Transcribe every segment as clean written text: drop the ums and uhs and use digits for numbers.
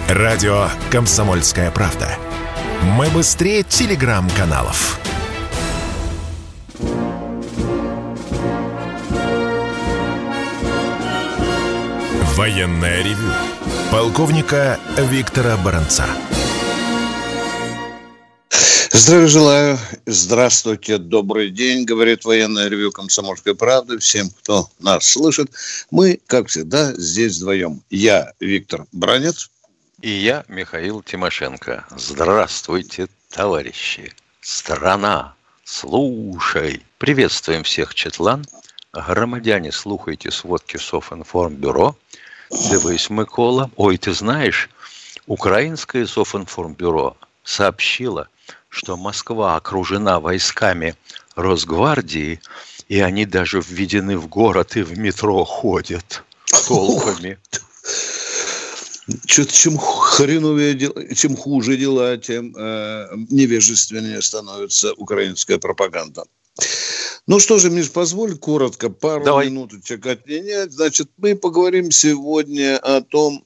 Радио «Комсомольская правда». Мы быстрее телеграм-каналов. Военное ревю полковника Виктора Баранца. Здравия желаю. Здравствуйте, добрый день, говорит военное ревью «Комсомольской правды» всем, кто нас слышит. Мы, как всегда, здесь вдвоем. Я, Виктор Баранец. И я, Михаил Тимошенко. Здравствуйте, товарищи. Страна, слушай. Приветствуем всех, Четлан. Громадяне, слухайте сводки Софинформбюро. Дивись, Микола. Ой, ты знаешь, украинское Софинформбюро сообщило, что Москва окружена войсками Росгвардии, и они даже введены в город и в метро ходят толпами. Что-то чем хуже дела, тем невежественнее становится украинская пропаганда. Ну что же, Миш, позволь коротко пару минуточек отнять. Значит, мы поговорим сегодня о том,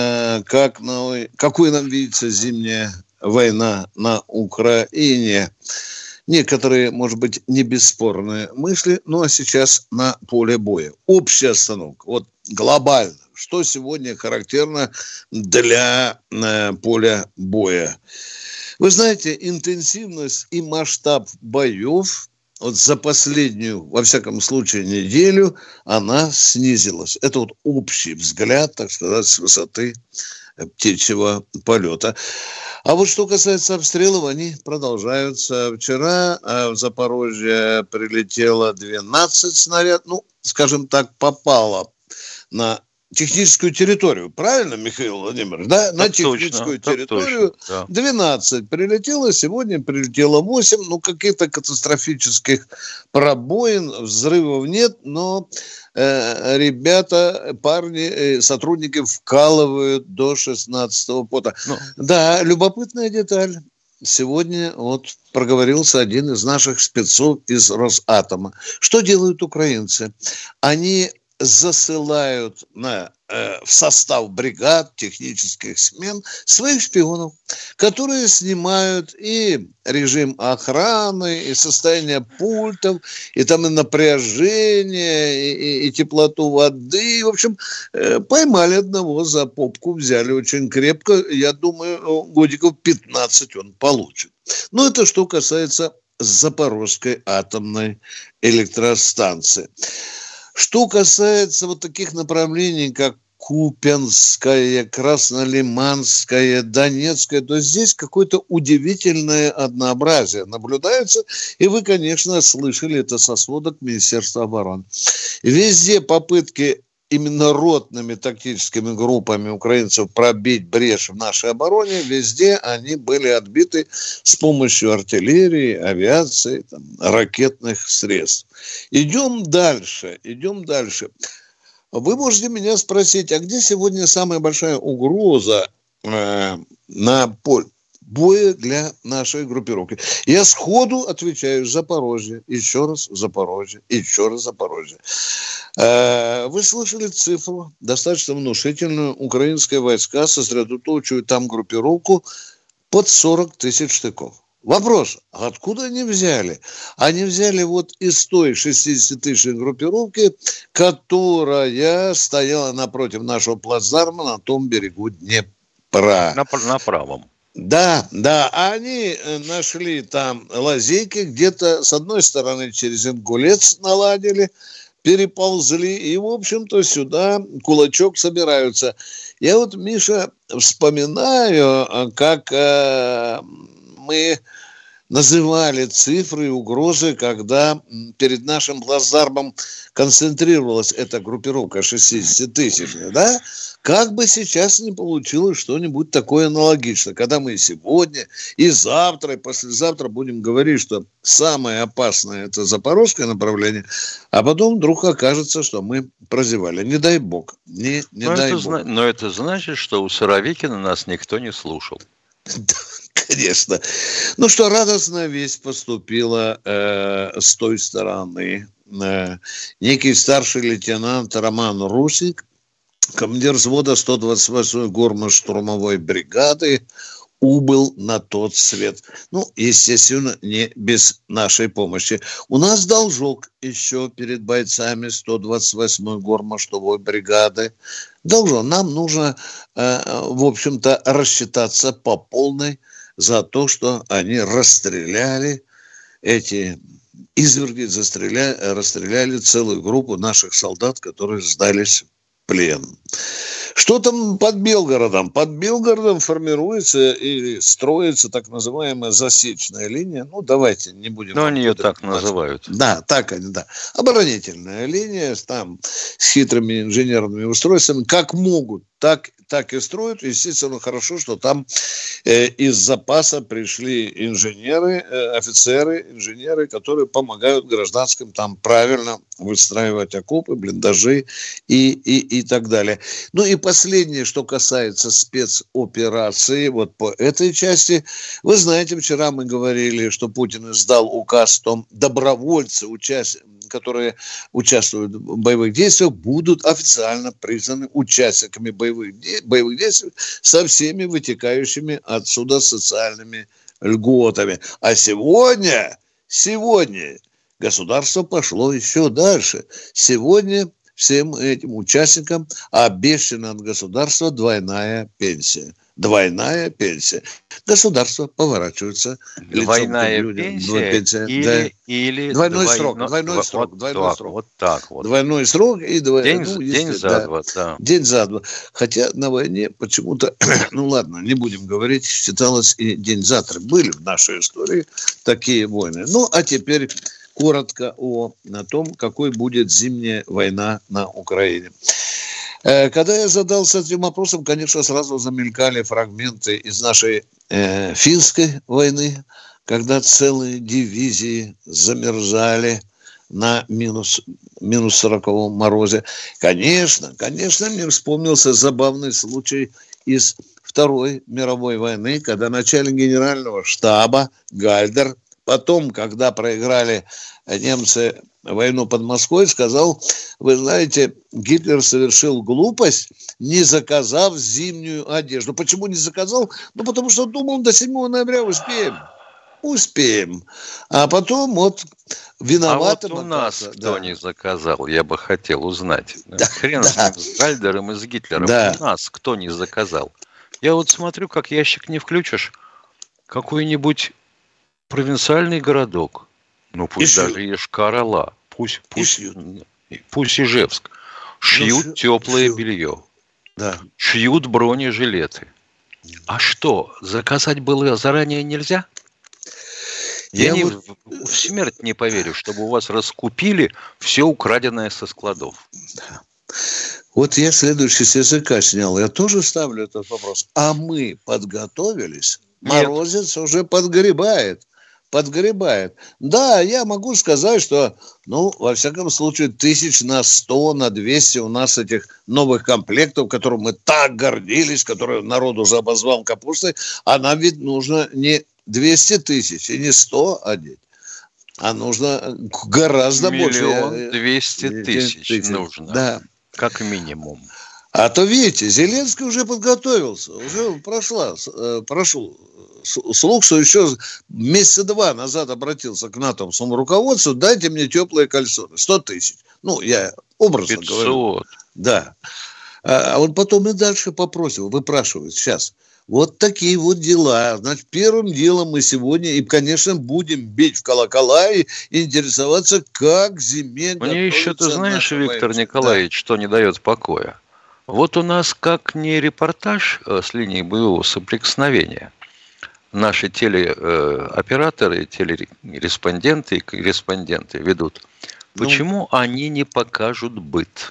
какой нам видится зимняя война на Украине. Некоторые, может быть, не бесспорные мысли, ну а сейчас на поле боя. Общая обстановка, вот глобально, что сегодня характерно для поля боя. Вы знаете, интенсивность и масштаб боев вот за последнюю, во всяком случае, неделю она снизилась. Это вот общий взгляд, так сказать, с высоты птичьего полета. А вот что касается обстрелов, они продолжаются. Вчера в Запорожье прилетело 12 снарядов, ну, скажем так, попало на техническую территорию. Правильно, Михаил Владимирович? Да, на техническую территорию точно, да. 12 прилетело, сегодня прилетело 8. Ну, каких-то катастрофических пробоин, взрывов нет, но ребята, парни, сотрудники вкалывают до 16-го пота. Да, любопытная деталь. Сегодня вот проговорился один из наших спецов из Росатома. Что делают украинцы? Они засылают в состав бригад, технических смен своих шпионов, которые снимают и режим охраны, и состояние пультов, и там и напряжение, и теплоту воды. В общем, поймали одного за попку, взяли очень крепко. Я думаю, годиков 15 он получит. Но это что касается Запорожской атомной электростанции. Что касается вот таких направлений, как Купянская, Краснолиманская, Донецкая, то здесь какое-то удивительное однообразие наблюдается. И вы, конечно, слышали это со сводок Министерства обороны. Везде попытки именно ротными тактическими группами украинцев пробить брешь в нашей обороне, везде они были отбиты с помощью артиллерии, авиации, там, ракетных средств. Идем дальше. Вы можете меня спросить, а где сегодня самая большая угроза на поле боя для нашей группировки? Я сходу отвечаю: Запорожье, еще раз Запорожье. Вы слышали цифру, достаточно внушительную. Украинские войска сосредоточивают там группировку под 40 тысяч штыков. Вопрос, откуда они взяли? Они взяли вот из той 60-тысячной группировки, которая стояла напротив нашего плацдарма на том берегу Днепра. На правом. Да, они нашли там лазейки, где-то с одной стороны через Ингулец наладили, переползли, и, в общем-то, сюда кулачок собираются. Я вот, Миша, вспоминаю, как мы называли цифры и угрозы, когда перед нашим плацдармом концентрировалась эта группировка 60 тысяч, да? Как бы сейчас не получилось что-нибудь такое аналогичное, когда мы и сегодня, и завтра, и послезавтра будем говорить, что самое опасное – это запорожское направление, а потом вдруг окажется, что мы прозевали. Не дай бог. Не дай бог. Но это значит, что у Суровикина нас никто не слушал. Конечно. Ну что, радостная весть поступила с той стороны. Некий старший лейтенант Роман Русик командир взвода 128-й горно-штурмовой бригады убыл на тот свет. Ну, естественно, не без нашей помощи. У нас должок еще перед бойцами 128-й горно-штурмовой бригады. Должок. Нам нужно, в общем-то, рассчитаться по полной за то, что они расстреляли эти изверги, расстреляли целую группу наших солдат, которые сдались в плен. Что там под Белгородом? Под Белгородом формируется или строится так называемая засечная линия. Ну, давайте не будем... Но они ее так называют. Да, так они, да. Оборонительная линия, там с хитрыми инженерными устройствами. Как могут, так и строят. Естественно, хорошо, что там из запаса пришли инженеры, офицеры, инженеры, которые помогают гражданским там правильно выстраивать окопы, блиндажи и так далее. Ну и последнее, что касается спецоперации, вот по этой части. Вы знаете, вчера мы говорили, что Путин издал указ, что добровольцы, которые участвуют в боевых действиях, будут официально признаны участниками боевых действий со всеми вытекающими отсюда социальными льготами. А сегодня государство пошло еще дальше. Сегодня всем этим участникам обещана от государства двойная пенсия. Двойная пенсия. Государство поворачивается лицом к людям. Пенсия или двойной срок. Вот так вот. Двойной срок и день за два. Да. День за два. Хотя на войне почему-то, ну ладно, не будем говорить, считалось и день за три. Были в нашей истории такие войны. Ну, а теперь коротко о том, какой будет зимняя война на Украине. Когда я задался этим вопросом, конечно, сразу замелькали фрагменты из нашей финской войны, когда целые дивизии замерзали на минус 40-м морозе. Конечно, мне вспомнился забавный случай из Второй мировой войны, когда начальник генерального штаба Гальдер, потом, когда проиграли немцы войну под Москвой, сказал: вы знаете, Гитлер совершил глупость, не заказав зимнюю одежду. Почему не заказал? Ну, потому что думал, до 7 ноября успеем. А потом вот виноватым... А вот у нас кто не заказал, я бы хотел узнать. Хрен с ним, с Гальдером и с Гитлером. У нас кто не заказал? Я вот смотрю, как ящик не включишь, какой-нибудь провинциальный городок, ну пусть даже Йошкар-Ола, пусть Ижевск, шьют теплое белье, шьют бронежилеты. А что, заказать было заранее нельзя? Я в смерть не поверю, чтобы у вас раскупили все украденное со складов. Вот я следующий с языка снял. Я тоже ставлю этот вопрос. А мы подготовились? Морозец уже подгребает. Да, я могу сказать, что, во всяком случае, 100 на 200 у нас этих новых комплектов, которым мы так гордились, которые народ уже обозвал капустой, а нам ведь нужно не 200 тысяч и не 100 одеть, а нужно гораздо больше. 1 200 000 нужно, да. Как минимум. А то, видите, Зеленский уже подготовился, уже прошел слух, что еще месяца 2 назад обратился к натовскому руководству: дайте мне теплые кальсоны, 100 000. Я образно 500. говорю. Да. А он потом и дальше выпрашивает сейчас. Вот такие вот дела. Значит, первым делом мы сегодня, и, конечно, будем бить в колокола и интересоваться, как зиме готовится. Мне еще, ты знаешь, Виктор Николаевич, что не дает покоя. Вот у нас как не репортаж с линии боевого соприкосновения. Наши телеоператоры, телереспонденты и корреспонденты ведут. Почему они не покажут быт?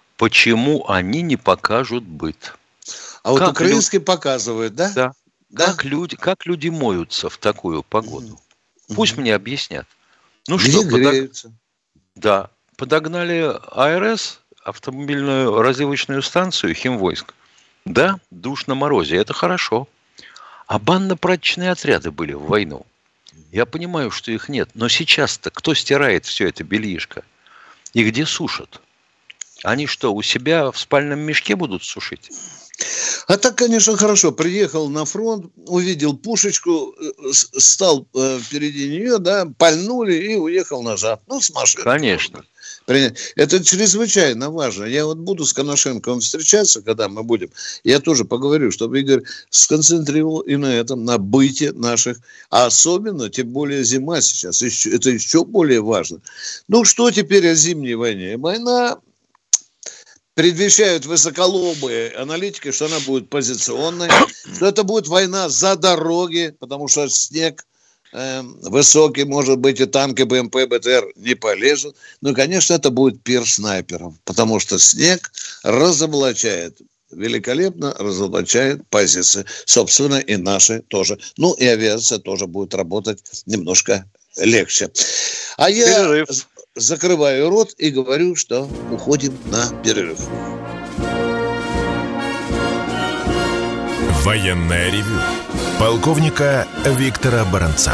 А вот украинский показывает, да? Да. Как люди моются в такую погоду? Пусть мне объяснят. Греются. Да. Подогнали АРС, автомобильную развивочную станцию Химвойск. Да, душ на морозе, это хорошо. А банно-прачечные отряды были в войну. Я понимаю, что их нет. Но сейчас-то кто стирает все это бельишко? И где сушат? Они что, у себя в спальном мешке будут сушить? А так, конечно, хорошо. Приехал на фронт, увидел пушечку, стал впереди нее, да, пальнули и уехал назад. Ну, с машиной. Конечно. Это чрезвычайно важно. Я вот буду с Коношенковым встречаться, когда мы будем. Я тоже поговорю, чтобы Игорь сконцентрировал и на этом, на быте наших. А особенно, тем более зима сейчас. Это еще более важно. Ну, что теперь о зимней войне? Война... Предвещают высоколобые аналитики, что она будет позиционной, что это будет война за дороги, потому что снег высокий, может быть, и танки БМП, БТР не полезут. Ну, конечно, это будет пир снайперов, потому что снег разоблачает, великолепно разоблачает позиции. Собственно, и наши тоже. Ну, и авиация тоже будет работать немножко легче. А я... закрываю рот и говорю, что уходим на перерыв. Военное ревю полковника Виктора Баранца.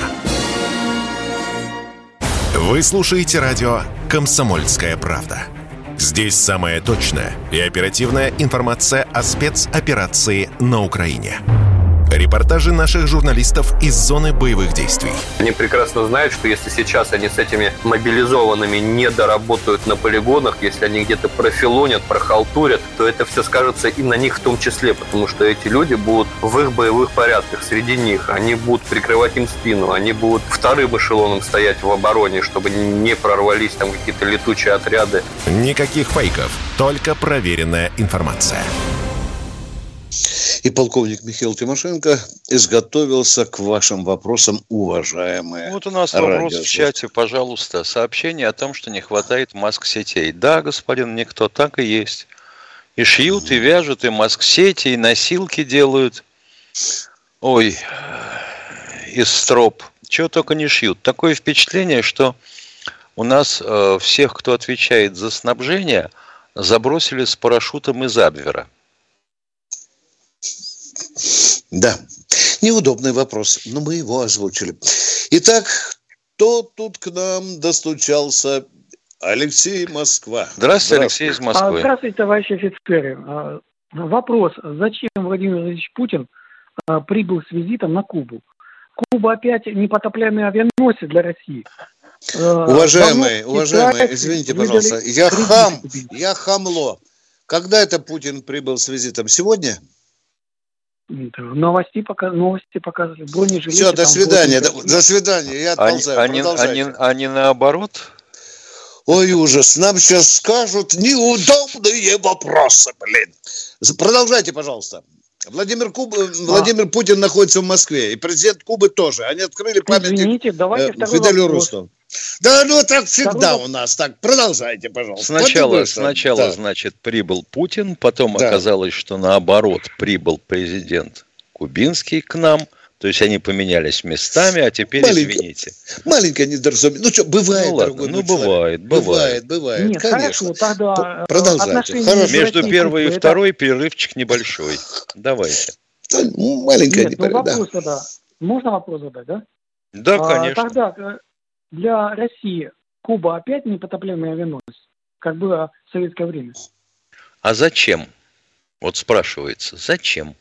Вы слушаете радио «Комсомольская правда». Здесь самая точная и оперативная информация о спецоперации на Украине. Репортажи наших журналистов из зоны боевых действий. Они прекрасно знают, что если сейчас они с этими мобилизованными не доработают на полигонах, если они где-то профилонят, прохалтурят, то это все скажется и на них в том числе, потому что эти люди будут в их боевых порядках среди них, они будут прикрывать им спину, они будут вторым эшелоном стоять в обороне, чтобы не прорвались там какие-то летучие отряды. Никаких фейков, только проверенная информация. И полковник Михаил Тимошенко изготовился к вашим вопросам, уважаемые. Вот у нас вопрос в чате, пожалуйста. Сообщение о том, что не хватает маск-сетей. Да, господин Никто, так и есть. И шьют, и вяжут, и маск-сети, и носилки делают. Ой, из строп. Чего только не шьют. Такое впечатление, что у нас всех, кто отвечает за снабжение, забросили с парашютом из Абвера. Да, неудобный вопрос, но мы его озвучили. Итак, кто тут к нам достучался? Алексей, Москва. Здравствуйте, Алексей из Москвы. Здравствуйте, товарищи офицеры. Вопрос. Зачем Владимир Владимирович Путин прибыл с визитом на Кубу? Куба опять непотопляемый авианосец для России. Уважаемые, извините, пожалуйста, я хамло. Когда это Путин прибыл с визитом? Сегодня? Новости показывали. Бронежилеты. Все, до свидания. До свидания. Я отползаю. А не наоборот? Ой, ужас. Нам сейчас скажут неудобные вопросы, блин. Продолжайте, пожалуйста. Владимир Путин находится в Москве. И президент Кубы тоже. Они открыли памятник Фиделю Русту. Да, ну так всегда у нас. Так, продолжайте, пожалуйста. Сначала, значит, прибыл Путин, потом оказалось, что наоборот прибыл президент Кубинский к нам. То есть они поменялись местами, а теперь, извините. Маленькое недоразумение. Ну что, бывает, дорогой мой человек. Бывает. Нет, конечно. хорошо, тогда продолжайте. Между первой и второй перерывчик небольшой. Давайте. Маленькое непорядок. Вопрос тогда. Можно вопрос задать, да? Да, конечно. Тогда для России Куба опять непотопляемый авианосец, как было в советское время. А зачем? Вот спрашивается, зачем?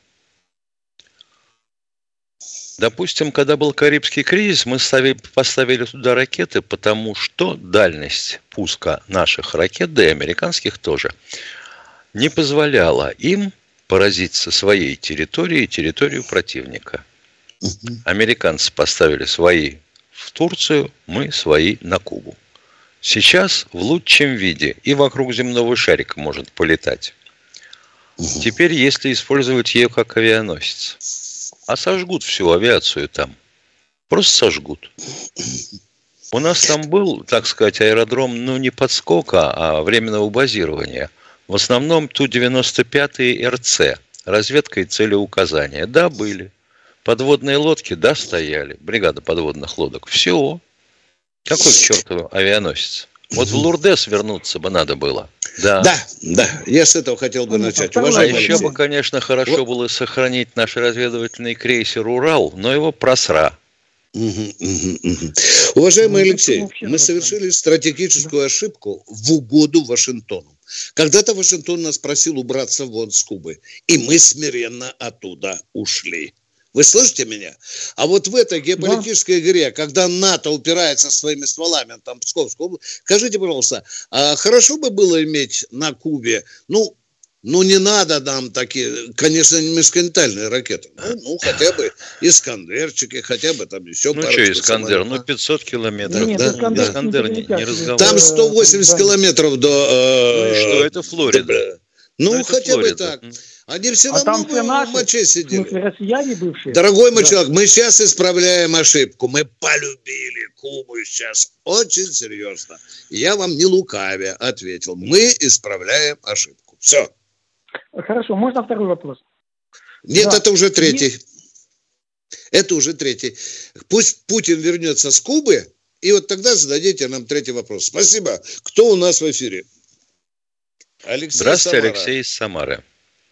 Допустим, когда был Карибский кризис, мы поставили туда ракеты, потому что дальность пуска наших ракет, да и американских тоже, не позволяла им поразить со своей территории территорию противника. Американцы поставили свои в Турцию, мы свои на Кубу. Сейчас в лучшем виде и вокруг земного шарика может полетать. Теперь, если использовать ее как авианосец, а сожгут всю авиацию там, просто сожгут. У нас там был, так сказать, аэродром, ну не подскока, а временного базирования. В основном Ту-95 РЦ, разведка и целеуказания. Да, были. Подводные лодки, да, стояли. Бригада подводных лодок. Все. Какой к черту авианосец? Вот в Лурдес вернуться бы надо было. Да. Я с этого хотел бы начать. А еще бы, конечно, хорошо было сохранить наш разведывательный крейсер «Урал», но его просра. Уважаемый Алексей, мы совершили стратегическую ошибку в угоду Вашингтону. Когда-то Вашингтон нас просил убраться вон с Кубы, и мы смиренно оттуда ушли. Вы слышите меня? А вот в этой геополитической игре, когда НАТО упирается своими стволами, там, Псковскую область, скажите, пожалуйста, а хорошо бы было иметь на Кубе, не надо нам такие, конечно, не межконтинентальные ракеты, хотя бы искандерчики, хотя бы там еще пару. Ну, что Искандер? 500 километров. Нет, Искандер не разговаривает. Там 180 километров до... Ну и что, это Флорида. Хотя бы так. Они все равно в моче сидели. Россияне бывшие. Дорогой мой человек, мы сейчас исправляем ошибку. Мы полюбили Кубу сейчас очень серьезно. Я вам не лукавя ответил. Мы исправляем ошибку. Все. Хорошо, можно второй вопрос? Нет, да. Это уже третий. Это уже третий. Пусть Путин вернется с Кубы, и вот тогда зададите нам третий вопрос. Спасибо. Кто у нас в эфире? Здравствуйте, Алексей из Самары.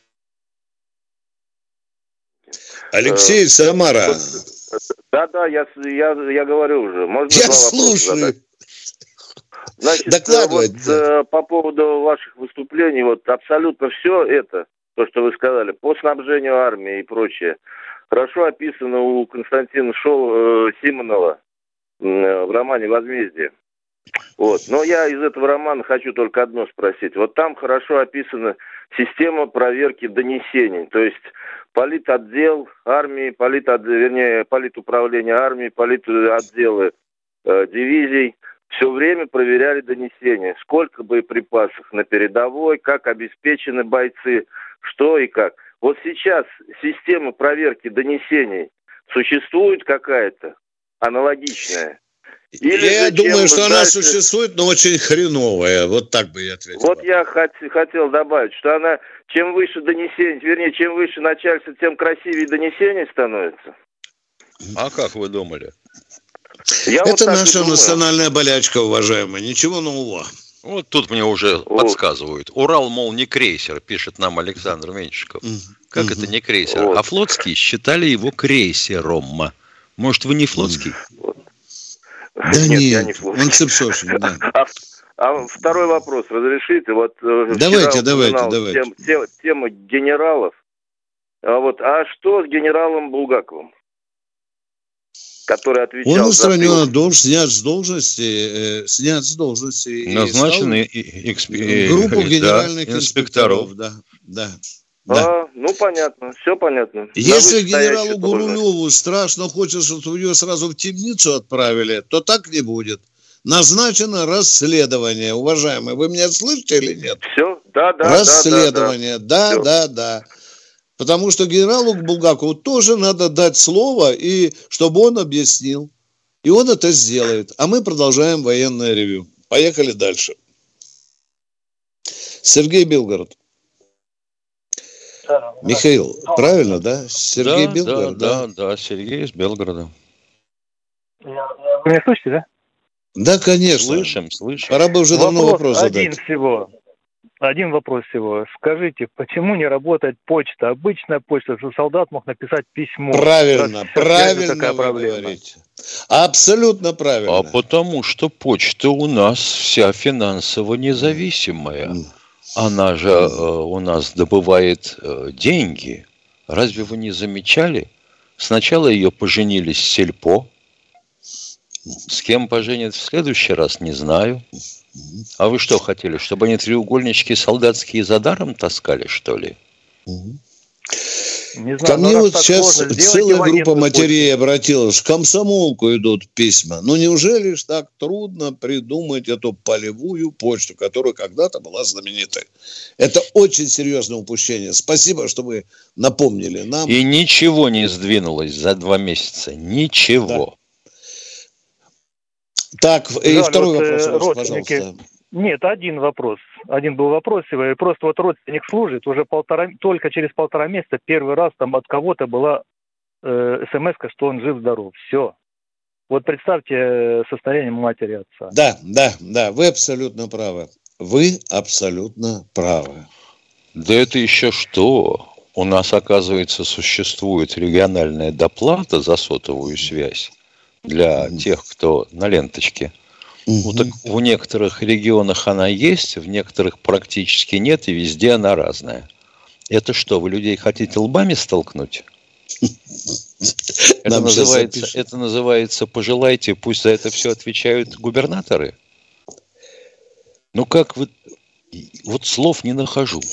Алексей из Самара. Да, я говорю уже. Можно я слушаю. Значит, по поводу ваших выступлений, абсолютно все это, то, что вы сказали, по снабжению армии и прочее, хорошо описано у Константина Симонова в романе «Возмездие». Но я из этого романа хочу только одно спросить. Там хорошо описана система проверки донесений, то есть политотдел армии, политуправление армии, политотделы дивизий все время проверяли донесения, сколько боеприпасов на передовой, как обеспечены бойцы, что и как. Вот сейчас система проверки донесений существует какая-то аналогичная? Я думаю, что она существует, но очень хреновая. Вот так бы я ответил. Я хотел добавить, что она, чем выше донесение, чем выше начальство, тем красивее донесение становится. А как вы думали? Это наша национальная болячка, уважаемые. Ничего нового. Вот тут мне уже подсказывают. Урал, мол, не крейсер, пишет нам Александр Меньшиков. Как это не крейсер? А флотские считали его крейсером. Может, вы не флотский? Да нет, я не флотский. Он цепсошник, да. А второй вопрос разрешите? Давайте. Тема генералов. А что с генералом Булгаковым? Который отвечал он устранен, снят с должности. Назначенный группу генеральных инспекторов. Да. Понятно, все понятно. Если генералу Гурулеву страшно хочется, чтобы ее сразу в темницу отправили, то так не будет. Назначено расследование, уважаемые. Вы меня слышите или нет? Все, да. Расследование, да. Потому что генералу Булгакову тоже надо дать слово, и чтобы он объяснил. И он это сделает. А мы продолжаем военное ревью. Поехали дальше. Сергей Белгород. Михаил, правильно, да? Сергей Белгород? Да, Сергей из Белгорода. Вы меня слышите, да? Да, конечно. Слышим. Пора бы уже давно вопрос задать. Один вопрос всего. Скажите, почему не работает почта? Обычная почта, что солдат мог написать письмо. Правильно вы говорите. Абсолютно правильно. А потому что почта у нас вся финансово независимая. Она же у нас добывает деньги. Разве вы не замечали? Сначала ее поженили с Сельпо. С кем поженят в следующий раз, не знаю. А вы что хотели, чтобы они треугольнички солдатские за даром таскали, что ли? Не знаю, ко мне вот сейчас целая группа матерей обратилась, в комсомолку идут письма. Неужели ж так трудно придумать эту полевую почту, которая когда-то была знаменитой? Это очень серьезное упущение. Спасибо, что вы напомнили нам. И ничего не сдвинулось за 2 месяца. Ничего. Да. Так, и второй вопрос, пожалуйста. Нет, один вопрос. Один был вопрос, и просто родственник служит, уже только через 1,5 месяца первый раз там от кого-то была смс-ка, что он жив-здоров. Все. Вот представьте состояние матери и отца. Да, вы абсолютно правы. Да это еще что? У нас, оказывается, существует региональная доплата за сотовую связь для тех, кто на ленточке. Ну, так в некоторых регионах она есть, в некоторых практически нет, и везде она разная. Это что, вы людей хотите лбами столкнуть? Это называется «пожелайте», пусть за это все отвечают губернаторы. Ну как вы... Вот слов не нахожу.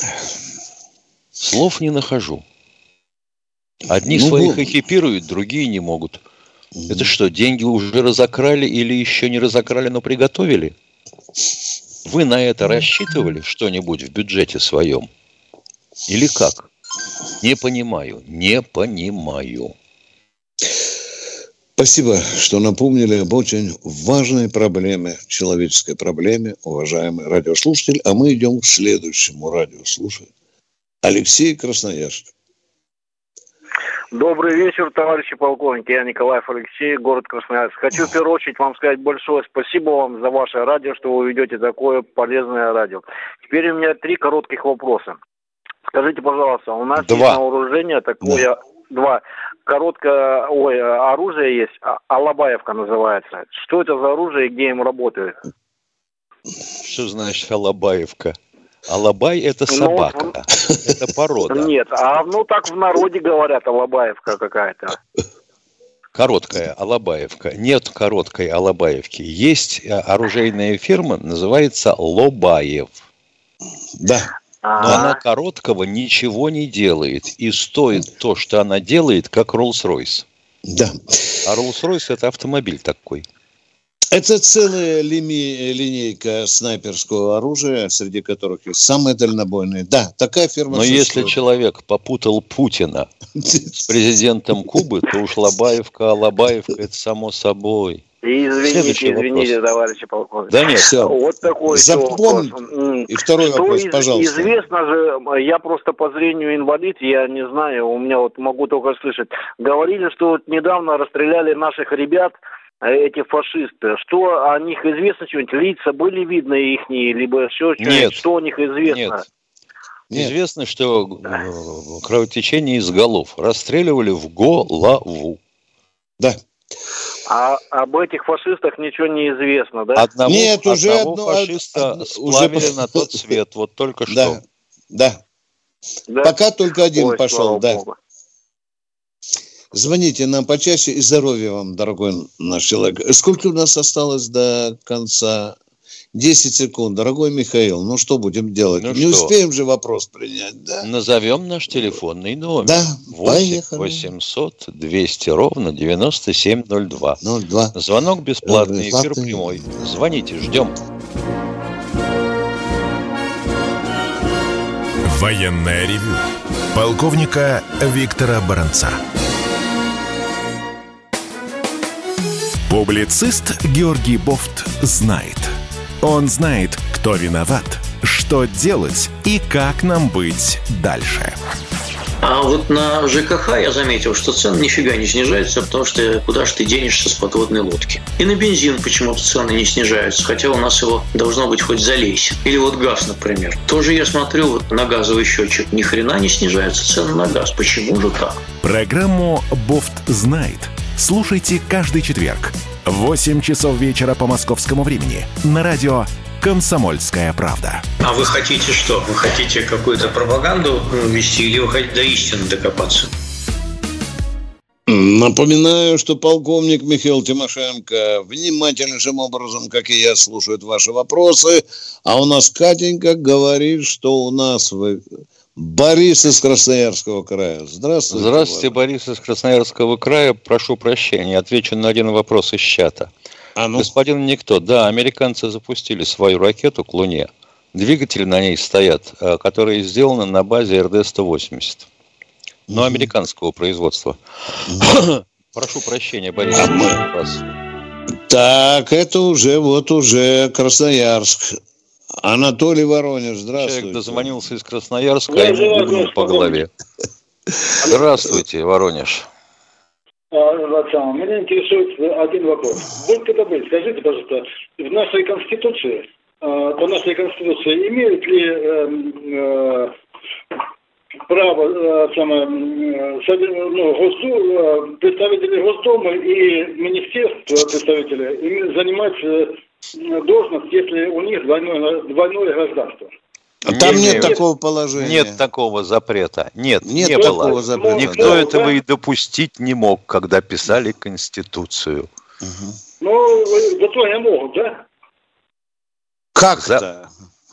Одни своих экипируют, другие не могут. Это что, деньги уже разокрали или еще не разокрали, но приготовили? Вы на это рассчитывали что-нибудь в бюджете своем? Или как? Не понимаю. Спасибо, что напомнили об очень важной проблеме, человеческой проблеме, уважаемый радиослушатель. А мы идем к следующему радиослушателю. Алексей, Красноярск. Добрый вечер, товарищи полковники. Я Николаев Алексей, город Красноярск. Хочу в первую очередь вам сказать большое спасибо вам за ваше радио, что вы ведете такое полезное радио. Теперь у меня 3 коротких вопроса. Скажите, пожалуйста, у нас 2. есть на вооружение такое... 2. Оружие есть, Алабаевка называется. Что это за оружие и где им работают? Что значит Алабаевка? Алабай – это собака, это порода. Нет, так в народе говорят, Алабаевка какая-то. Короткая Алабаевка. Нет короткой Алабаевки. Есть оружейная фирма, называется Лобаев. Да. Но она короткого ничего не делает. И стоит то, что она делает, как Роллс-Ройс. Да. А Роллс-Ройс – это автомобиль такой. Это целая линейка снайперского оружия, среди которых есть самые дальнобойные. Да, такая фирма. Но если человек попутал Путина с президентом Кубы, то уж Алабаевка – это само собой. Извините, товарищи полковник. Да нет, все. Вот такой вопрос. И второй вопрос, пожалуйста. Известно же, я просто по зрению инвалид, я не знаю, у меня могу только слышать. Говорили, что недавно расстреляли наших ребят, эти фашисты. Что о них известно что-нибудь? Лица были видны ихние, либо еще что-нибудь? Что о них известно? Нет. Известно, что кровотечение из голов расстреливали в голову. Да. А об этих фашистах ничего не известно, да? Одного фашиста сплавили на тот свет, вот только что. Да. Пока только один пошел, да. Богу. Звоните нам почаще, и здоровья вам, дорогой наш человек. Сколько у нас осталось до конца? 10 секунд. Дорогой Михаил, что будем делать? Не успеем же вопрос принять, да? Назовем наш телефонный номер. Да, 8-800-200-97-02. Звонок бесплатный, эфир прямой. Звоните, ждем. Военное ревю полковника Виктора Баранца. Публицист Георгий Бофт знает. Он знает, кто виноват, что делать и как нам быть дальше. А вот на ЖКХ я заметил, что цены нифига не снижаются, потому что куда же ты денешься с подводной лодки. И на бензин почему-то цены не снижаются, хотя у нас его должно быть хоть залейся. Или вот газ, например. Тоже я смотрю на газовый счетчик, ни хрена не снижаются цены на газ. Почему же так? Программу «Бофт знает» слушайте каждый четверг в 8 часов вечера по московскому времени на радио «Комсомольская правда». А вы хотите что? Вы хотите какую-то пропаганду вести или вы хотите до истины докопаться? Напоминаю, что полковник Михаил Тимошенко внимательнейшим образом, как и я, слушает ваши вопросы. А у нас Катенька говорит, что у нас Борис из Красноярского края. Здравствуйте. Здравствуйте, Борис из Красноярского края. Прошу прощения, отвечу на один вопрос из чата. Господин Никто, да, американцы запустили свою ракету к Луне. Двигатели на ней стоят, которые сделаны на базе РД-180. Но американского производства. Прошу прощения, Борис. Так, это уже Красноярск. Анатолий Воронеж, здравствуйте. Человек дозвонился из Красноярска, а ему бубнут по голове. Здравствуйте, Воронеж. Меня интересует один вопрос. Будьте добры, скажите, пожалуйста, в нашей Конституции, по нашей Конституции, имеют ли право представители Госдумы и министерства представители занимать должность, если у них двойное гражданство? Там нет такого положения. Нет такого запрета. Нет, не такого было. запрета. Никто этого и допустить не мог, когда писали Конституцию. Ну, зато не могут, да? Как-то.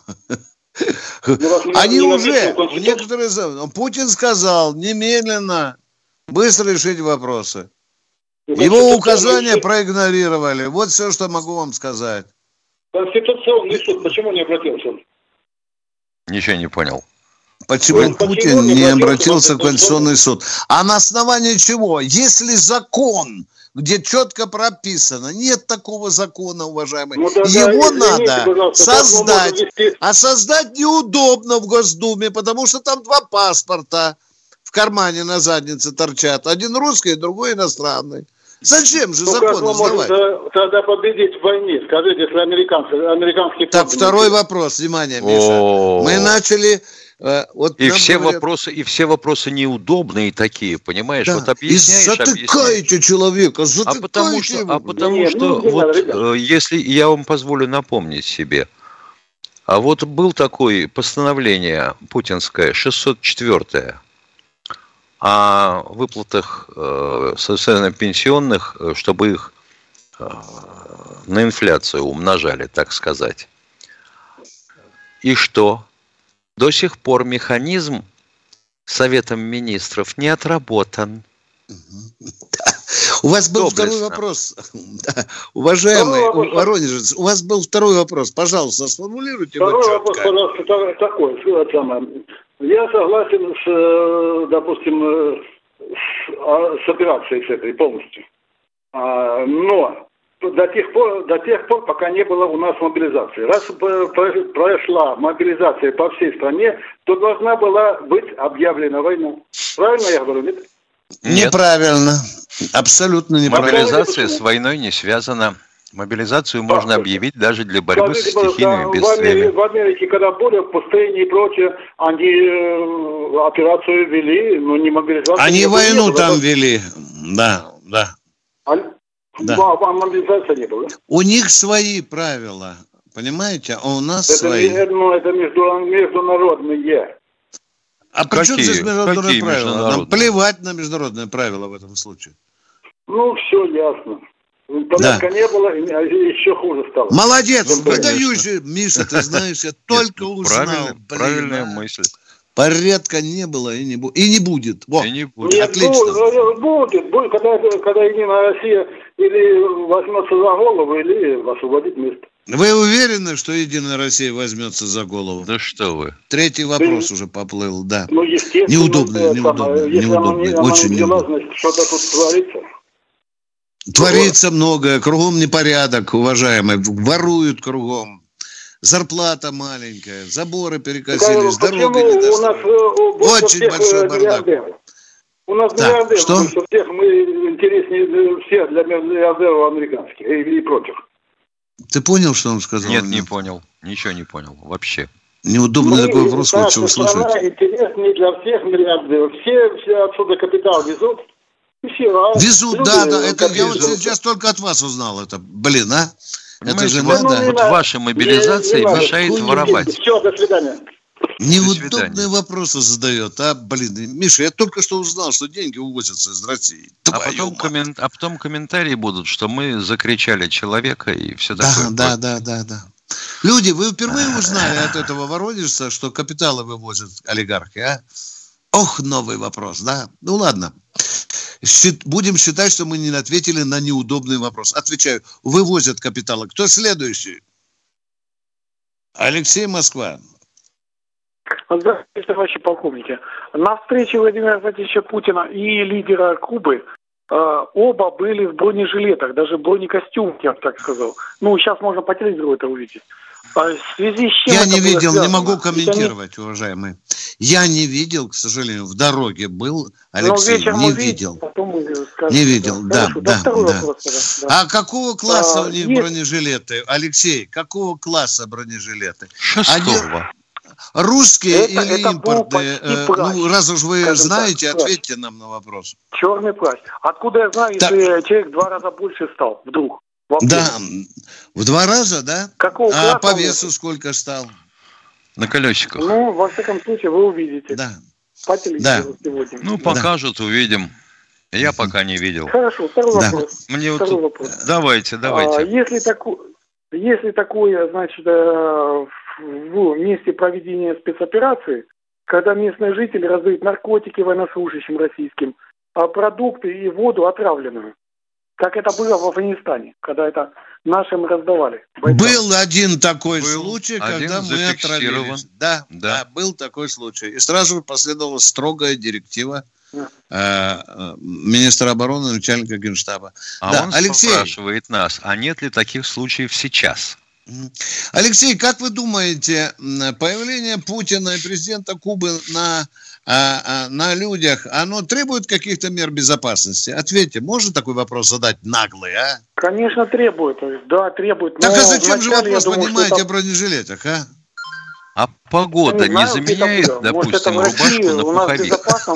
Они уже, некоторые... Путин сказал немедленно, быстро решить вопросы. Его указания проигнорировали. Вот все, что могу вам сказать. Конституционный суд почему не обратился? Ничего не понял. Почему Путин не обратился в Конституционный суд? А на основании чего? Если закон, где четко прописано, нет такого закона, уважаемый, его надо создать. А создать неудобно в Госдуме, потому что там два паспорта в кармане на заднице торчат. Один русский, другой иностранный. Зачем же закон издавать? Тогда победить в войне? Скажите, если американские... Так, второй вопрос. Внимание, Миша. Мы начали... И все вопросы неудобные такие, понимаешь? Да. Вот объясняешь, затыкаете человека, потому что если я вам позволю напомнить себе, а вот был такое постановление путинское, 604-е, о выплатах социально-пенсионных, чтобы их на инфляцию умножали, так сказать. И что? До сих пор механизм Советом Министров не отработан. У вас был второй вопрос. Уважаемый воронежец, у вас был второй вопрос. Пожалуйста, сформулируйте его четко. Второй вопрос, пожалуйста, такой. Я согласен с, допустим, с операцией с этой полностью. Но до тех пор, пока не было у нас мобилизации. Раз прошла мобилизация по всей стране, то должна была быть объявлена война. Правильно я говорю, нет? Неправильно. Абсолютно неправильно. Мобилизация с войной не связана. Мобилизацию можно объявить даже для борьбы с стихийными бедствиями. В Америке, когда были в пустыне и прочее, они операцию вели, но не мобилизацию. Они войну там вели. Да. А мобилизации не было. У них свои правила, понимаете? А у нас свои. Это международные. А при чем здесь международные правила? Нам плевать на международные правила в этом случае. Ну, все ясно. Порядка не было, еще хуже стало. Молодец, выдающий, Миша, ты знаешь, я только узнал. Правильная мысль. Порядка не было и не будет. И не будет. Во, и не будет. Отлично. Будет, когда Единая Россия или возьмется за голову, или освободит место. Вы уверены, что Единая Россия возьмется за голову? Да что вы. Третий вопрос уже поплыл, да. Ну, естественно. Неудобный, очень неудобный. Что-то тут творится. Творится многое, кругом непорядок, уважаемые, воруют кругом. Зарплата маленькая, заборы перекосились, дороги недостроены. Очень большой бардак. У нас миллиардеры, что? Всех мы интереснее всех для миллиардеров американских и прочих. Ты понял, что он сказал? Нет, не понял. Ничего не понял. Вообще. Неудобный такой вопрос, лучше услышать. Интереснее для всех миллиардеров. Все отсюда капитал везут. Везут, да. Это я вот сейчас только от вас узнал это. Блин, а? Это же надо. Вот ваша мобилизация мешает воровать. Все, до свидания. Неудобные вопросы задает, а, блин, Миша, я только что узнал, что деньги увозятся из России. А потом комментарии будут, что мы закричали человека и все такое. Да. Люди, вы впервые узнали от этого воронежца, что капиталы вывозят олигархи, а? Ох, новый вопрос, да? Ну ладно. Будем считать, что мы не ответили на неудобный вопрос. Отвечаю, вывозят капиталы. Кто следующий? Алексей, Москва. Здравствуйте, товарищи полковники. На встрече Владимира Владимировича Путина и лидера Кубы оба были в бронежилетах, даже бронекостюм, я бы так сказал. Ну, сейчас можно по телевизору это увидеть. В связи с чем я не видел, не могу комментировать, уважаемые. Я не видел, к сожалению, в дороге был, Алексей, не видел. Не видел, да. А какого класса у них бронежилеты, Алексей? Какого класса бронежилеты? 6-го. Русские или импортные? Ну, раз уж вы знаете, ответьте нам на вопрос. Черный плащ. Откуда я знаю, если человек в 2 раза больше стал вдруг? Да, в 2 раза, да? Какого класса? А по весу сколько стал? На колесиках. Ну, во всяком случае, вы увидите. Да. По телевизору сегодня. Ну, покажут, увидим. Я пока не видел. Хорошо, второй вопрос. Мне вопрос. Давайте. Если такое, значит, в месте проведения спецоперации, когда местные жители раздают наркотики военнослужащим российским, а продукты и воду отравленную, как это было в Афганистане, когда это нашим раздавали. Был один такой случай, когда мы отравились. Да, был такой случай. И сразу же последовала строгая директива министра обороны, начальника Генштаба. Он спрашивает нас, а нет ли таких случаев сейчас? Алексей, как вы думаете, появление Путина и президента Кубы на людях, оно требует каких-то мер безопасности? Ответьте, можно такой вопрос задать наглый, а? Конечно, требует. Да, требует. Так а зачем же вопрос поднимаете о бронежилетах, а? А погода не заменяет, допустим, рубашку на пуховик?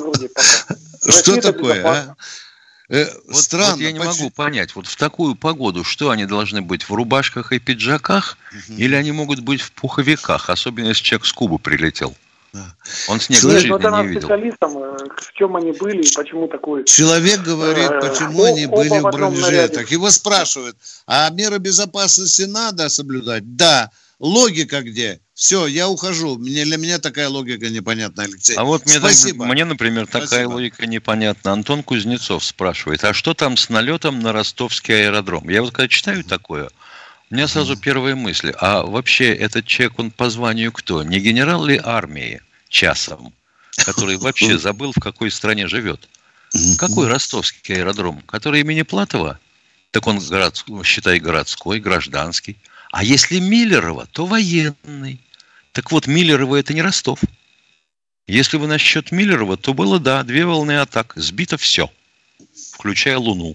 Что такое, а? Странно. Вот я не могу понять, вот в такую погоду, что они должны быть, в рубашках и пиджаках, или они могут быть в пуховиках, особенно если человек с Кубы прилетел? Он снег в жизни не видел. Специалистам, в чем они были и почему такой... Человек говорит, почему они были в бронежилетах. Его спрашивают, а меры безопасности надо соблюдать? Да. Логика где? Все, я ухожу. Для меня такая логика непонятна, Алексей. А вот мне, например, такая логика непонятна. Антон Кузнецов спрашивает, а что там с налетом на ростовский аэродром? Я вот когда читаю такое, у меня сразу первая мысль. А вообще этот человек, он по званию кто? Не генерал ли армии часом, который вообще забыл, в какой стране живет? Какой ростовский аэродром? Который имени Платова? Так он, считай, городской, гражданский. А если Миллерово, то военный. Так вот, Миллерово это не Ростов. Если вы насчет Миллерова, то было, 2 волны атак. Сбито все, включая Луну.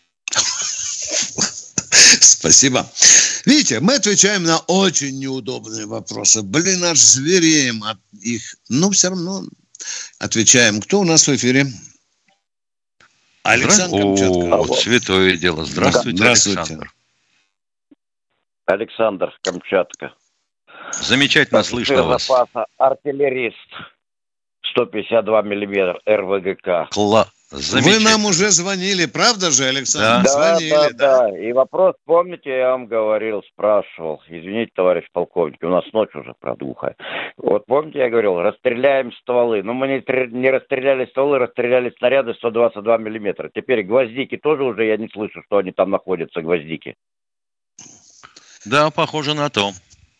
Спасибо. Видите, мы отвечаем на очень неудобные вопросы. Аж звереем от их. Но все равно отвечаем. Кто у нас в эфире? Александр Камчатка. Вот святое дело. Здравствуйте, Александр. Александр Камчатка. Замечательно слышно вас. Запаса артиллерист. 152 миллиметра РВГК. Вы нам уже звонили, правда же, Александр? Да, звонили, да. И вопрос, помните, я вам говорил, спрашивал. Извините, товарищ полковник, у нас ночь уже продуха. Вот помните, я говорил, расстреляем стволы. Но мы не расстреляли стволы, расстреляли снаряды 122 миллиметра. Теперь гвоздики тоже уже, я не слышу, что они там находятся, гвоздики. Да, похоже на то.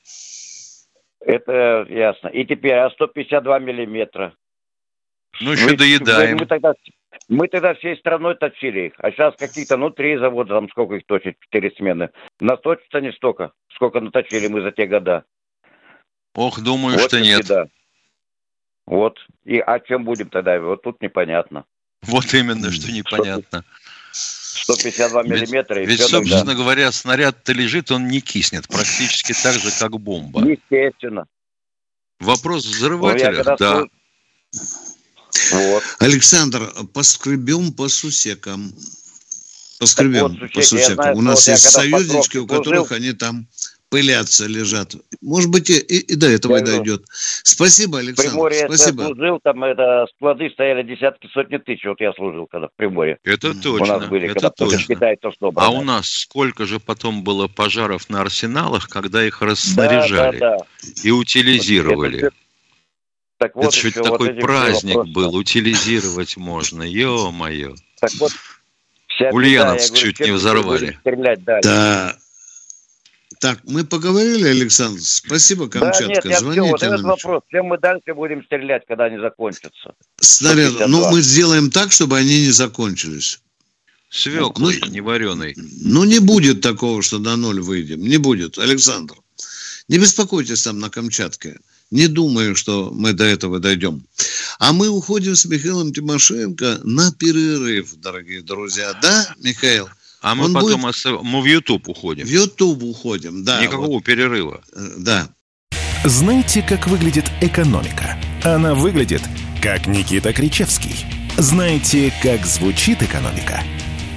Это ясно. И теперь, 152 миллиметра. Ну, еще доедаем. Мы тогда всей страной точили их. А сейчас какие-то, 3 завода, там сколько их точит, 4 смены. Наточится не столько, сколько наточили мы за те года. Ох, думаю, вот что нет. Да. Вот. А чем будем тогда? Вот тут непонятно. Вот именно, что непонятно. 152 миллиметра. Ведь собственно говоря, снаряд-то лежит, он не киснет. Практически так же, как бомба. Естественно. Вопрос взрывателя, да. Вот. Александр, поскребем по сусекам. Поскребем по сусекам. У нас есть союзнички, у которых они там пылятся, лежат. Может быть, и до этого дойдет. Спасибо, Александр. В Приморье спасибо. Я служил, там склады стояли десятки, сотни тысяч. Вот я служил когда в Приморье. Это точно. У нас были, это точно. А у нас сколько же потом было пожаров на арсеналах, когда их расснаряжали и утилизировали. Так вот, это же такой праздник был, утилизировать можно, ё-моё. Так вот, Ульяновск чуть не взорвали. Да. Так, мы поговорили, Александр. Спасибо, Камчатка. Звоните вот этот вопрос. Чем мы дальше будем стрелять, когда они закончатся? Снаряд. Мы сделаем так, чтобы они не закончились. Свеклой, не вареной. Не будет такого, что на 0 выйдем. Не будет, Александр. Не беспокойтесь там на Камчатке. Не думаю, что мы до этого дойдем. А мы уходим с Михаилом Тимошенко на перерыв, дорогие друзья. Да, Михаил? А мы потом мы в YouTube уходим. В YouTube уходим, да. Никакого перерыва. Да. Знаете, как выглядит экономика? Она выглядит, как Никита Кричевский. Знаете, как звучит экономика?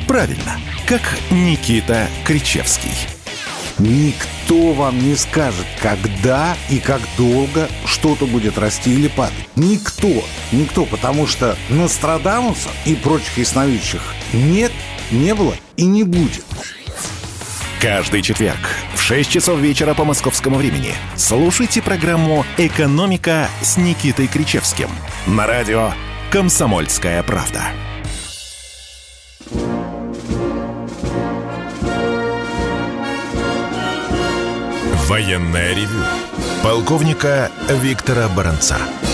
Правильно, как Никита Кричевский. Никто вам не скажет, когда и как долго что-то будет расти или падать. Никто, потому что Нострадамуса и прочих ясновидящих нет, не было и не будет. Каждый четверг в 6 часов вечера по московскому времени слушайте программу «Экономика» с Никитой Кричевским на радио «Комсомольская правда». Военное ревю полковника Виктора Баранца.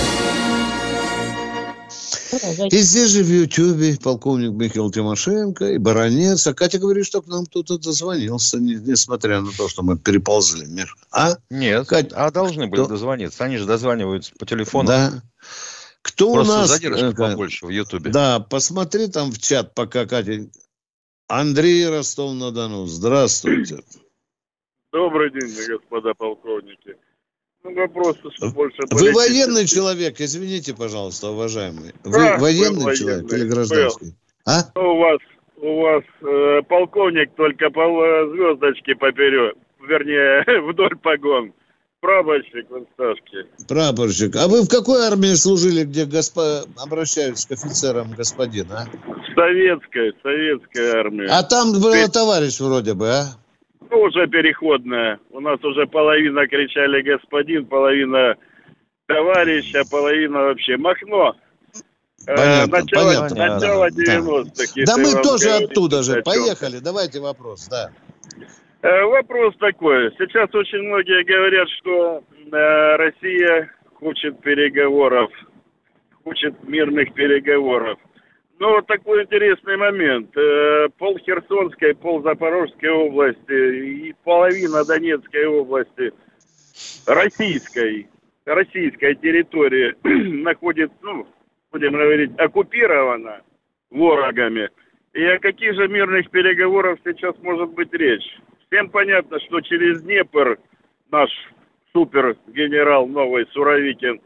И здесь же в Ютьюбе полковник Михаил Тимошенко и Баранец. А Катя говорит, что к нам кто-то дозвонился, несмотря на то, что мы переползли мир. А? Нет, Катя, должны были дозвониться. Они же дозваниваются по телефону. Да. Кто просто у нас? Задержка побольше в Ютубе. Да, посмотри там в чат, пока Катя... Андрей, Ростов-на-Дону. Здравствуйте. Добрый день, господа полковники. Вопросы больше... Вы военный человек, извините, пожалуйста, уважаемый. Вы военный человек или гражданский? А? У вас полковник только по звездочке поперек, вернее, вдоль погон. Прапорщик в отставке. Прапорщик. А вы в какой армии служили, где обращаются к офицерам господин, а? Советская армия. А там был товарищ вроде бы, а? Ну, уже переходная. У нас уже половина кричали господин, половина товарищ, а половина вообще Махно. Начало 90-х. Да мы тоже оттуда же. Поехали. Давайте вопрос, да. Вопрос такой. Сейчас очень многие говорят, что Россия хочет переговоров, хочет мирных переговоров. Но вот такой интересный момент. Пол Херсонской, пол Запорожской области и половина Донецкой области российской территории находится, будем говорить, оккупирована ворогами. И о каких же мирных переговорах сейчас может быть речь? Всем понятно, что через Днепр наш супергенерал новый Суровикин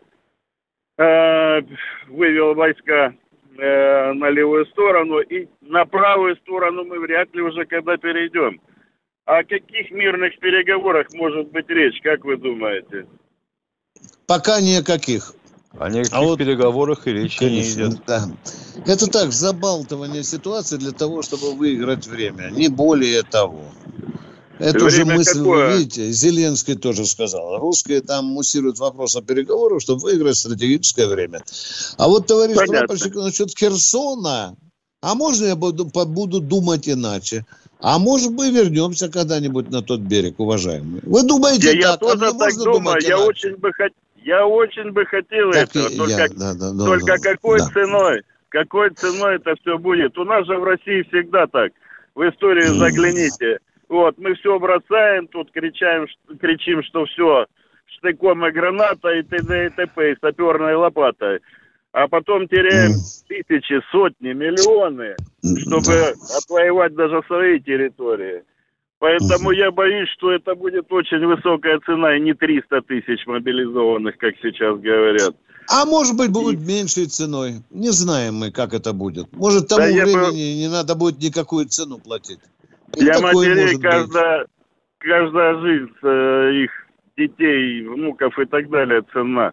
вывел войска на левую сторону, и на правую сторону мы вряд ли уже когда перейдем. О каких мирных переговорах может быть речь, как вы думаете? Пока ни о каких. О никаких переговорах и речи не идет. Да. Это так, забалтывание ситуации для того, чтобы выиграть время. Не более того. Эту же мысль, вы видите, Зеленский тоже сказал. Русские там муссируют вопрос о переговорах, чтобы выиграть стратегическое время. А вот, товарищ прапорщик, насчет Херсона, а можно я буду думать иначе? А может мы вернемся когда-нибудь на тот берег, уважаемые? Вы думаете я так, тоже а не так можно думаю. думать иначе? Я очень бы хотел так этого, только какой ценой? Какой ценой это все будет? У нас же в России всегда так. В историю загляните. Вот, мы все бросаем, тут кричим, что все, штыком и граната, и т.д. и т.п., и саперной лопатой. А потом теряем тысячи, сотни, миллионы, чтобы отвоевать даже свои территории. Поэтому я боюсь, что это будет очень высокая цена, и не 300 тысяч мобилизованных, как сейчас говорят. А может быть, будет меньшей ценой. Не знаем мы, как это будет. Может, тому времени не надо будет никакую цену платить. Для матерей каждая жизнь их детей, внуков и так далее цена.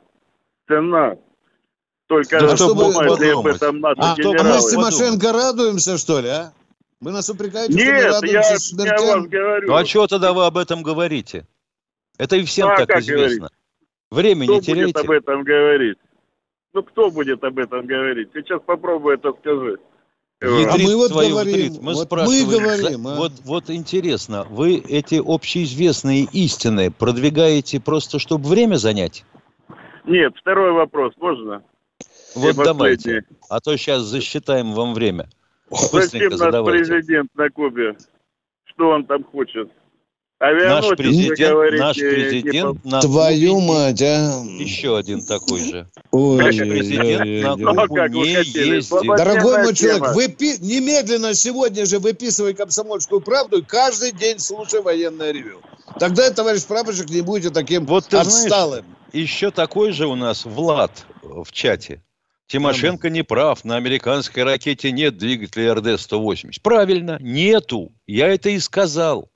Только думают ли об этом наши генералы. Мы с Тимошенко радуемся, что ли, а? Вы нас упрекаете, что мы радуемся смертям? Нет, я вас говорю. Ну а чего тогда вы об этом говорите? Это и всем так известно. Времени не теряйте. Кто будет об этом говорить? Кто будет об этом говорить? Сейчас попробуй это сказать. Мы вот говорим, мы спрашиваем, вот интересно, вы эти общеизвестные истины продвигаете просто, чтобы время занять? Нет, второй вопрос, можно? Вот давайте, а то сейчас засчитаем вам время. Зачем наш президент на Кубе? Что он там хочет? Наш президент на твою мать, а? Еще один такой же. Наш президент на Кубу не ездит. Дорогой мой человек, немедленно сегодня же выписывай «Комсомольскую правду» и каждый день слушай военное ревю. Тогда, товарищ прапорщик, не будете таким отсталым. Еще такой же у нас Влад в чате. Тимошенко не прав, на американской ракете нет двигателя РД-180. Правильно, нету. Я это и сказал.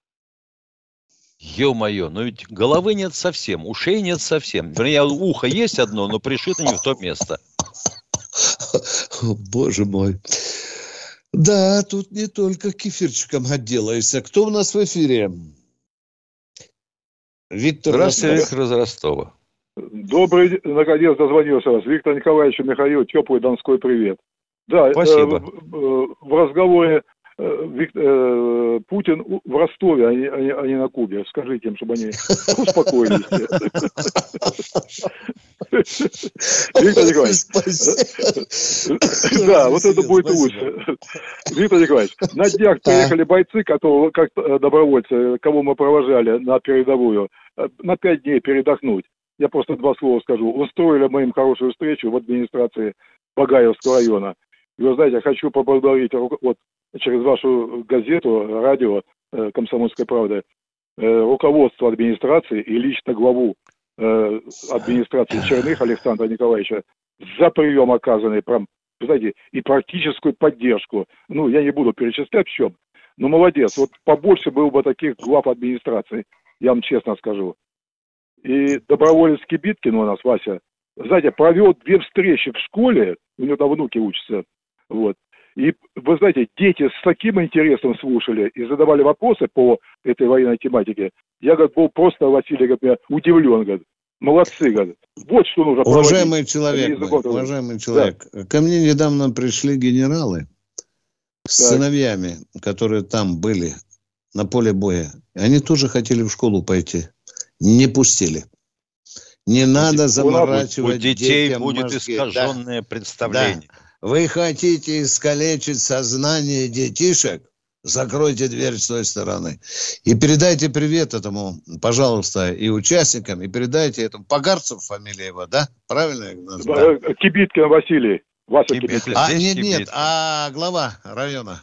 Ё-моё, но ведь головы нет совсем, ушей нет совсем. Вернее, ухо есть одно, но пришито не в то место. О, боже мой. Да, тут не только кефирчиком отделаешься. Кто у нас в эфире? Виктор. Здравствуйте, Виктор из Ростова. Добрый день, наконец дозвонился вас. Виктор Николаевич Михаил, теплый донской привет. Да, спасибо. В разговоре Путин в Ростове, а не на Кубе. Скажите им, чтобы они успокоились. Виктор Николаевич. Да, вот это будет лучше. Виктор Николаевич, на днях приехали бойцы, которые, как добровольцы, кого мы провожали на передовую, на 5 дней передохнуть. Я просто 2 слова скажу. Устроили мы им хорошую встречу в администрации Багаевского района. И вы знаете, я хочу поблагодарить вот через вашу газету, радио «Комсомольская правда», руководство администрации и лично главу администрации Черных Александра Николаевича за прием оказанный, знаете, и практическую поддержку. Ну, я не буду перечислять в чем, но молодец. Вот побольше было бы таких глав администрации, я вам честно скажу. И доброволец Кибиткин у нас, Вася, знаете, провел 2 встречи в школе, у него там внуки учатся, вот. И, вы знаете, дети с таким интересом слушали и задавали вопросы по этой военной тематике. Я, говорит, был просто, Василий, говорит, удивлен, говорит. Молодцы, говорит. Вот что нужно проводить. Уважаемый человек, да. Ко мне недавно пришли генералы с сыновьями, которые там были на поле боя. Они тоже хотели в школу пойти. Не пустили. Не надо заморачивать. У детей будет искаженное представление. Да. Вы хотите искалечить сознание детишек? Закройте дверь с той стороны. И передайте привет этому, пожалуйста, и участникам, и передайте этому. Погарцев фамилия его, да? Правильно я назвал? Кибиткин Василий. Вася Кибиткин. Нет, глава района.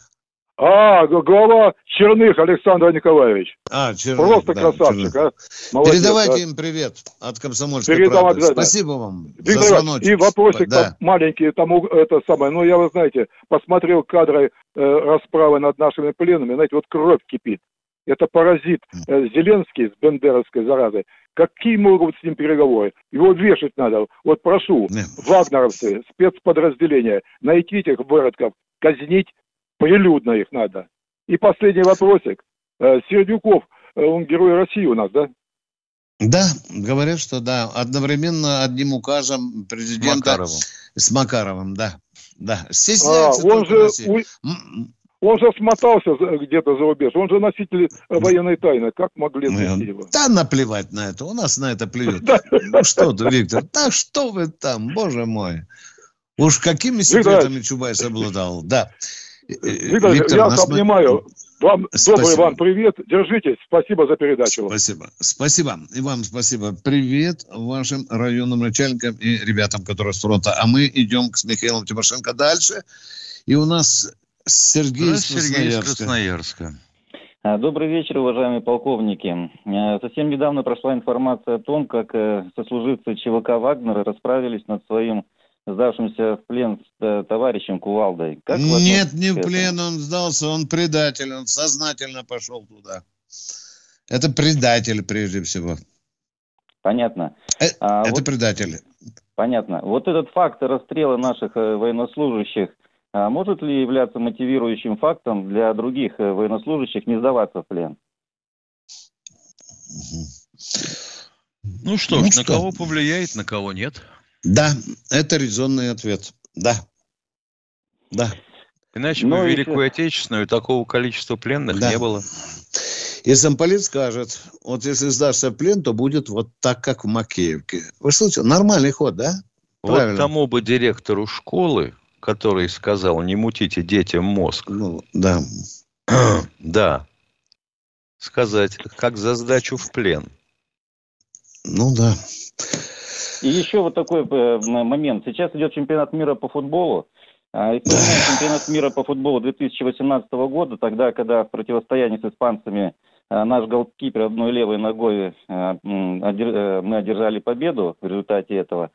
Глава Черных Александр Николаевич. Черных. Просто красавчик, Молодец, передавайте им привет от «Комсомольской правды». Спасибо вам за звоночек. И вопросик маленький, тому это самое. Ну, я, вы знаете, посмотрел кадры расправы над нашими пленными. Знаете, вот кровь кипит. Это паразит Зеленский с бендеровской заразой. Какие могут с ним переговоры? Его вешать надо. Вот прошу, вагнеровцы, спецподразделения, найти этих выродков, казнить. Прилюдно их надо. И последний вопросик. Сердюков, он герой России у нас, да? Да, говорят, что да. Одновременно одним указом президента с Макаровым, да. Стесняется он же смотался где-то за рубеж. Он же носитель военной тайны. Как могли найти его? Да наплевать на это. У нас на это плюют. Ну что ты, Виктор? Да что вы там, боже мой. Уж какими секретами Чубайс обладал. Да. Виктор, я вас обнимаю. Добрый вам привет. Держитесь. Спасибо за передачу. Спасибо. И вам спасибо. Привет вашим районным начальникам и ребятам, которые с фронта. А мы идем с Михаилом Тимошенко дальше. И у нас Сергей из Красноярска. Добрый вечер, уважаемые полковники. Совсем недавно прошла информация о том, как сослуживцы ЧВК «Вагнера» расправились над своим сдавшимся в плен с товарищем Кувалдой. Нет, не в плен он сдался, он предатель, он сознательно пошел туда. Это предатель прежде всего. Понятно. Это предатель. Понятно. Вот этот факт расстрела наших военнослужащих может ли являться мотивирующим фактом для других военнослужащих не сдаваться в плен? Ну что ж, на кого повлияет, на кого нет. Да, это резонный ответ. Да. Иначе бы в Великую Отечественную такого количества пленных не было. И замполит скажет, вот если сдашься в плен, то будет вот так, как в Макеевке. Вы слышите, нормальный ход, да? Правильно. Вот тому бы директору школы, который сказал, не мутите детям мозг. Да. Да. Сказать, как за сдачу в плен. Да. И еще вот такой момент. Сейчас идет чемпионат мира по футболу. И чемпионат мира по футболу 2018 года, тогда, когда в противостоянии с испанцами наш голкипер одной левой ногой мы одержали победу в результате этого.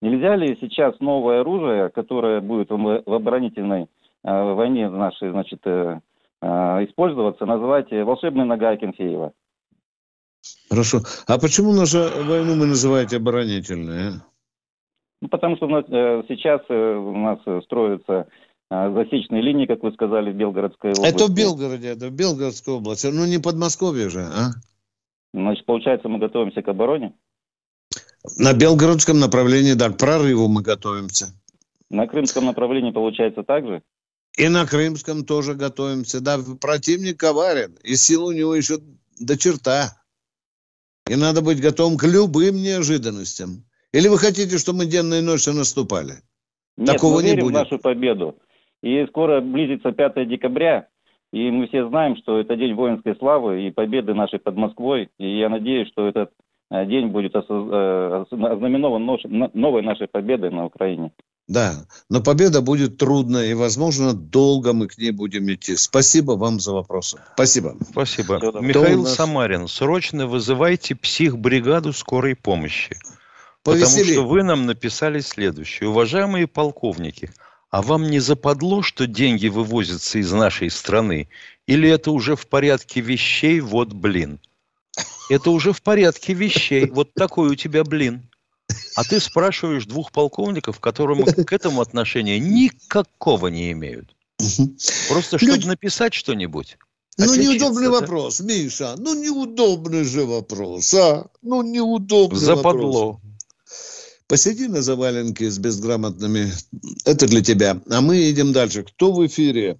Нельзя ли сейчас новое оружие, которое будет в оборонительной войне нашей, значит, использоваться, назвать «волшебной нога Акинфеева»? Хорошо. А почему нашу войну вы называете оборонительной? Ну, потому что сейчас у нас строятся засечные линии, как вы сказали, в Белгородской области. Это в Белгороде, это в Белгородской области. Ну, не Подмосковье же, а? Значит, получается, мы готовимся к обороне? На Белгородском направлении, да, к прорыву мы готовимся. На Крымском направлении получается так же? И на Крымском тоже готовимся. Да, противник коварен, и сил у него еще до черта. И надо быть готовым к любым неожиданностям. Или вы хотите, чтобы мы денно и ночью наступали? Нет, такого мы верим не будет. в нашу победу. И скоро близится 5 декабря, и мы все знаем, что это день воинской славы и победы нашей под Москвой. И я надеюсь, что этот день будет ознаменован новой нашей победой на Украине. Да, но победа будет трудная, и, возможно, долго мы к ней будем идти. Спасибо вам за вопросы. Спасибо. Спасибо. Михаил Самарин, срочно вызывайте психбригаду скорой помощи. Потому что вы нам написали следующее. Уважаемые полковники, а вам не западло, что деньги вывозятся из нашей страны? Или это уже в порядке вещей? Вот блин. Это уже в порядке вещей. Вот такой у тебя блин. А ты спрашиваешь двух полковников, которым к этому отношения никакого не имеют. Просто чтобы написать что-нибудь. Ну, неудобный вопрос, Миша. Ну, неудобный же вопрос, а? Ну, неудобный западло. Вопрос. Посиди на заваленке с безграмотными. Это для тебя. А мы едем дальше. Кто в эфире?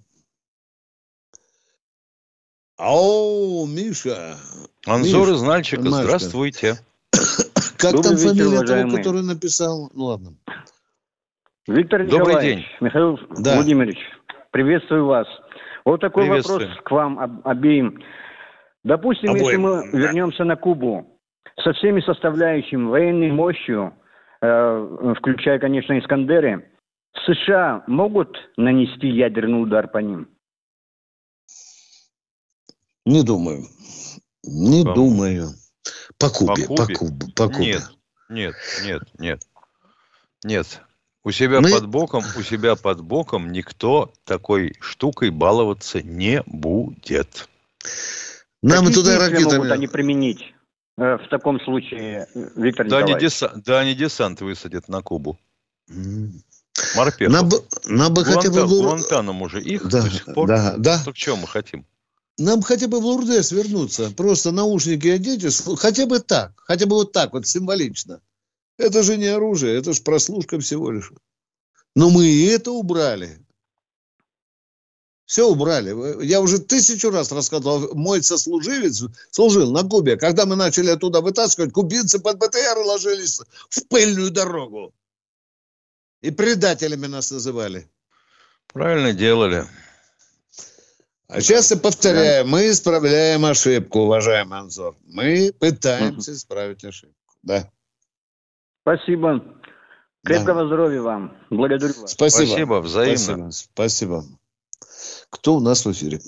Ау, Миша. Анзор из Нальчика. Здравствуйте. Как добрый там фамилия того, который написал? Ну, ладно. Виктор Николаевич, Михаил Владимирович, приветствую вас. Вот такой вопрос к вам обеим. Допустим, если мы вернемся на Кубу со всеми составляющими, военной мощью, включая, конечно, Искандеры, США могут нанести ядерный удар по ним? Не думаю. Не думаю. По Кубе. Нет. У себя под боком никто такой штукой баловаться не будет. Нам и туда ракеты могут они применить в таком случае, Виктор Николаевич? Они десант высадят на Кубу. Морпехов. Нам бы хотя бы Гуантанамо же их до сих пор. Да. Так чего мы хотим? Нам хотя бы в Лурдес вернуться, просто наушники одеть, хотя бы вот так вот символично. Это же не оружие, это же прослушка всего лишь. Но мы и это убрали. Все убрали. Я уже 1000 раз рассказывал, мой сослуживец служил на Кубе. Когда мы начали оттуда вытаскивать, кубинцы под БТР ложились в пыльную дорогу. И предателями нас называли. Правильно делали. А сейчас я повторяю, мы исправляем ошибку, уважаемый Анзор. Мы пытаемся исправить ошибку. Да. Спасибо. Крепкого здоровья вам. Благодарю вас. Спасибо, взаимно. Спасибо. Кто у нас в эфире?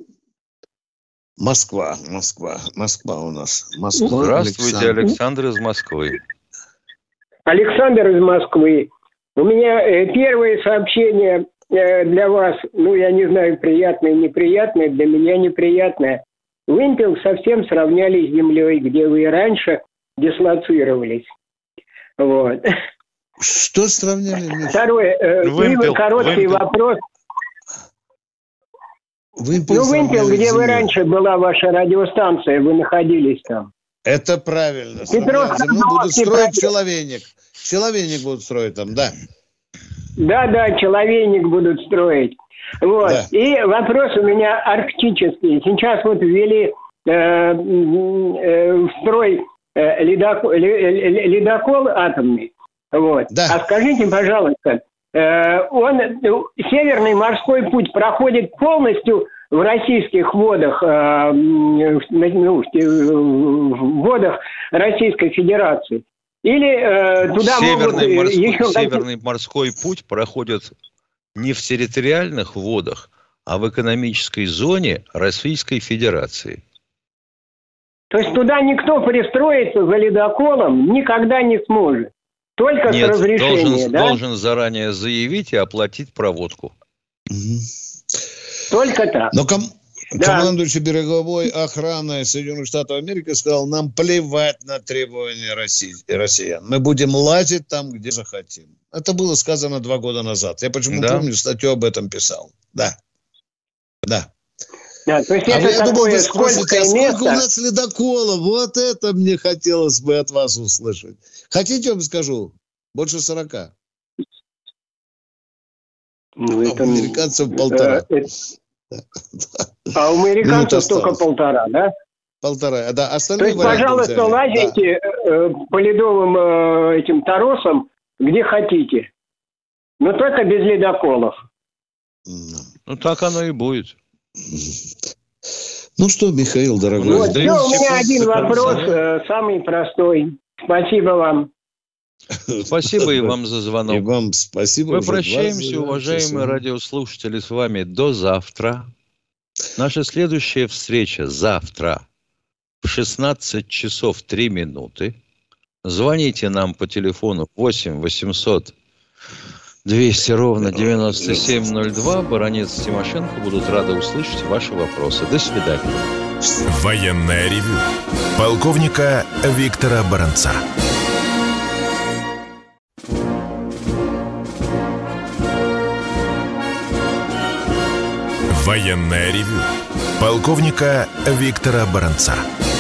Москва у нас. Здравствуйте, Александр из Москвы. Александр из Москвы. У меня первое сообщение для вас, я не знаю, приятное, неприятное, для меня неприятное. Вымпел совсем сравняли с землей, где вы и раньше дислоцировались. Вот. Что сравняли? Второе, короткий вопрос. Вымпел, где вы раньше была ваша радиостанция, вы находились там. Это правильно. Будут строить человейник. Человейник будут строить там, да. Да, человейник будут строить. Вот. Да. И вопрос у меня арктический. Сейчас вот ввели в строй ледокол атомный. Вот. Да. А скажите, пожалуйста, Северный морской путь проходит полностью в российских водах, в водах Российской Федерации? Или туда Северный морской путь проходит не в территориальных водах, а в экономической зоне Российской Федерации. То есть туда никто пристроиться за ледоколом никогда не сможет. Только Нет, с разрешения, должен заранее заявить и оплатить проводку. Только так. Но командующий береговой охраны Соединенных Штатов Америки сказал, нам плевать на требования россиян. Мы будем лазить там, где захотим. Это было сказано 2 года назад. Я почему помню, статью об этом писал. Да. Да, то есть это я думал, вы спросите, сколько у нас ледоколов? Вот это мне хотелось бы от вас услышать. Хотите, я вам скажу? Больше 40. А у американцев 1,5. А у американцев только 1,5, да? 1,5, да. То есть, пожалуйста, лазите по ледовым этим торосам, где хотите. Но только без ледоколов. Ну, так оно и будет. Ну что, Михаил, дорогой. Вот, все, у меня один вопрос, самый простой. Спасибо вам. Спасибо и вам за звонок. И вам спасибо. Мы прощаемся, уважаемые радиослушатели, с вами до завтра. Наша следующая встреча завтра в 16 часов 3 минуты. Звоните нам по телефону 8 800 200 ровно 9702. Баронец и Тимошенко будут рады услышать ваши вопросы. До свидания. Военное ревю полковника Виктора Баранца. Военное ревю полковника Виктора Баранца.